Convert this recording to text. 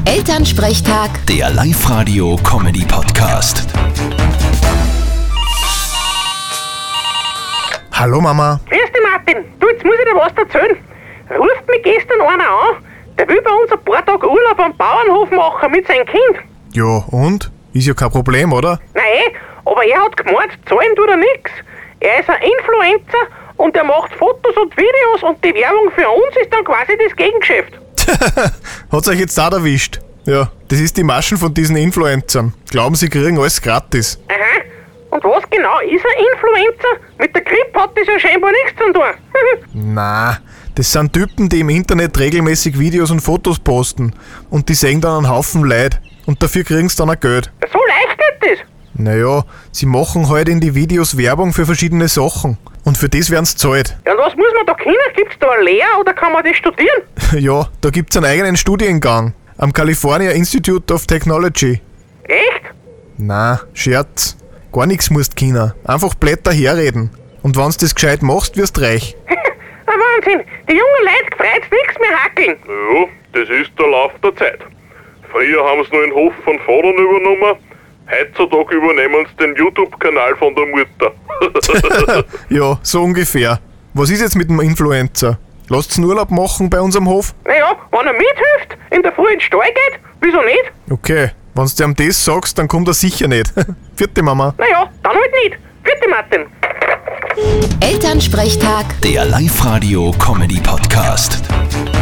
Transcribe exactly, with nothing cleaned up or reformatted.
Elternsprechtag, Der Live-Radio-Comedy-Podcast. Hallo Mama. Grüß dich, Martin. Du, jetzt muss ich dir was erzählen. Ruft mich gestern einer an, der will bei uns ein paar Tage Urlaub am Bauernhof machen mit seinem Kind. Ja, und? Ist ja kein Problem, oder? Nein, aber er hat gemeint, zahlen tut er nix. Er ist ein Influencer und er macht Fotos und Videos und die Werbung für uns ist dann quasi das Gegengeschäft. Hat's euch jetzt auch erwischt? Ja, das ist die Maschen von diesen Influencern. Glauben, sie kriegen alles gratis. Aha. Und was genau ist ein Influencer? Mit der Grippe hat das ja scheinbar nichts zu tun. Na, das sind Typen, die im Internet regelmäßig Videos und Fotos posten. Und die sehen dann einen Haufen Leid. Und dafür kriegen sie dann auch Geld. So leicht geht das. Naja, sie machen halt in die Videos Werbung für verschiedene Sachen. Und für das werden sie zahlt. Ja, und was muss man da können? Gibt's da eine Lehre oder kann man das studieren? Ja, da gibt's einen eigenen Studiengang. Am California Institute of Technology. Echt? Na, Scherz. Gar nichts musst können. Einfach Blätter herreden. Und wenn's das gescheit machst, wirst reich. Ein Wahnsinn. Die jungen Leute freut's nichts mehr hackeln. Ja, das ist der Lauf der Zeit. Früher haben sie nur den Hof von Vatern übernommen, heutzutage übernehmen sie den YouTube-Kanal von der Mutter. Ja, so ungefähr. Was ist jetzt mit dem Influencer? Lasst's einen Urlaub machen bei unserem Hof? Naja, wenn er mithilft, in der Früh in den Stall geht, wieso nicht? Okay, wenn's dir am das sagst, dann kommt er sicher nicht. Vierte Mama. Naja, dann halt nicht. Vierte Martin. Elternsprechtag. Der Live-Radio-Comedy-Podcast.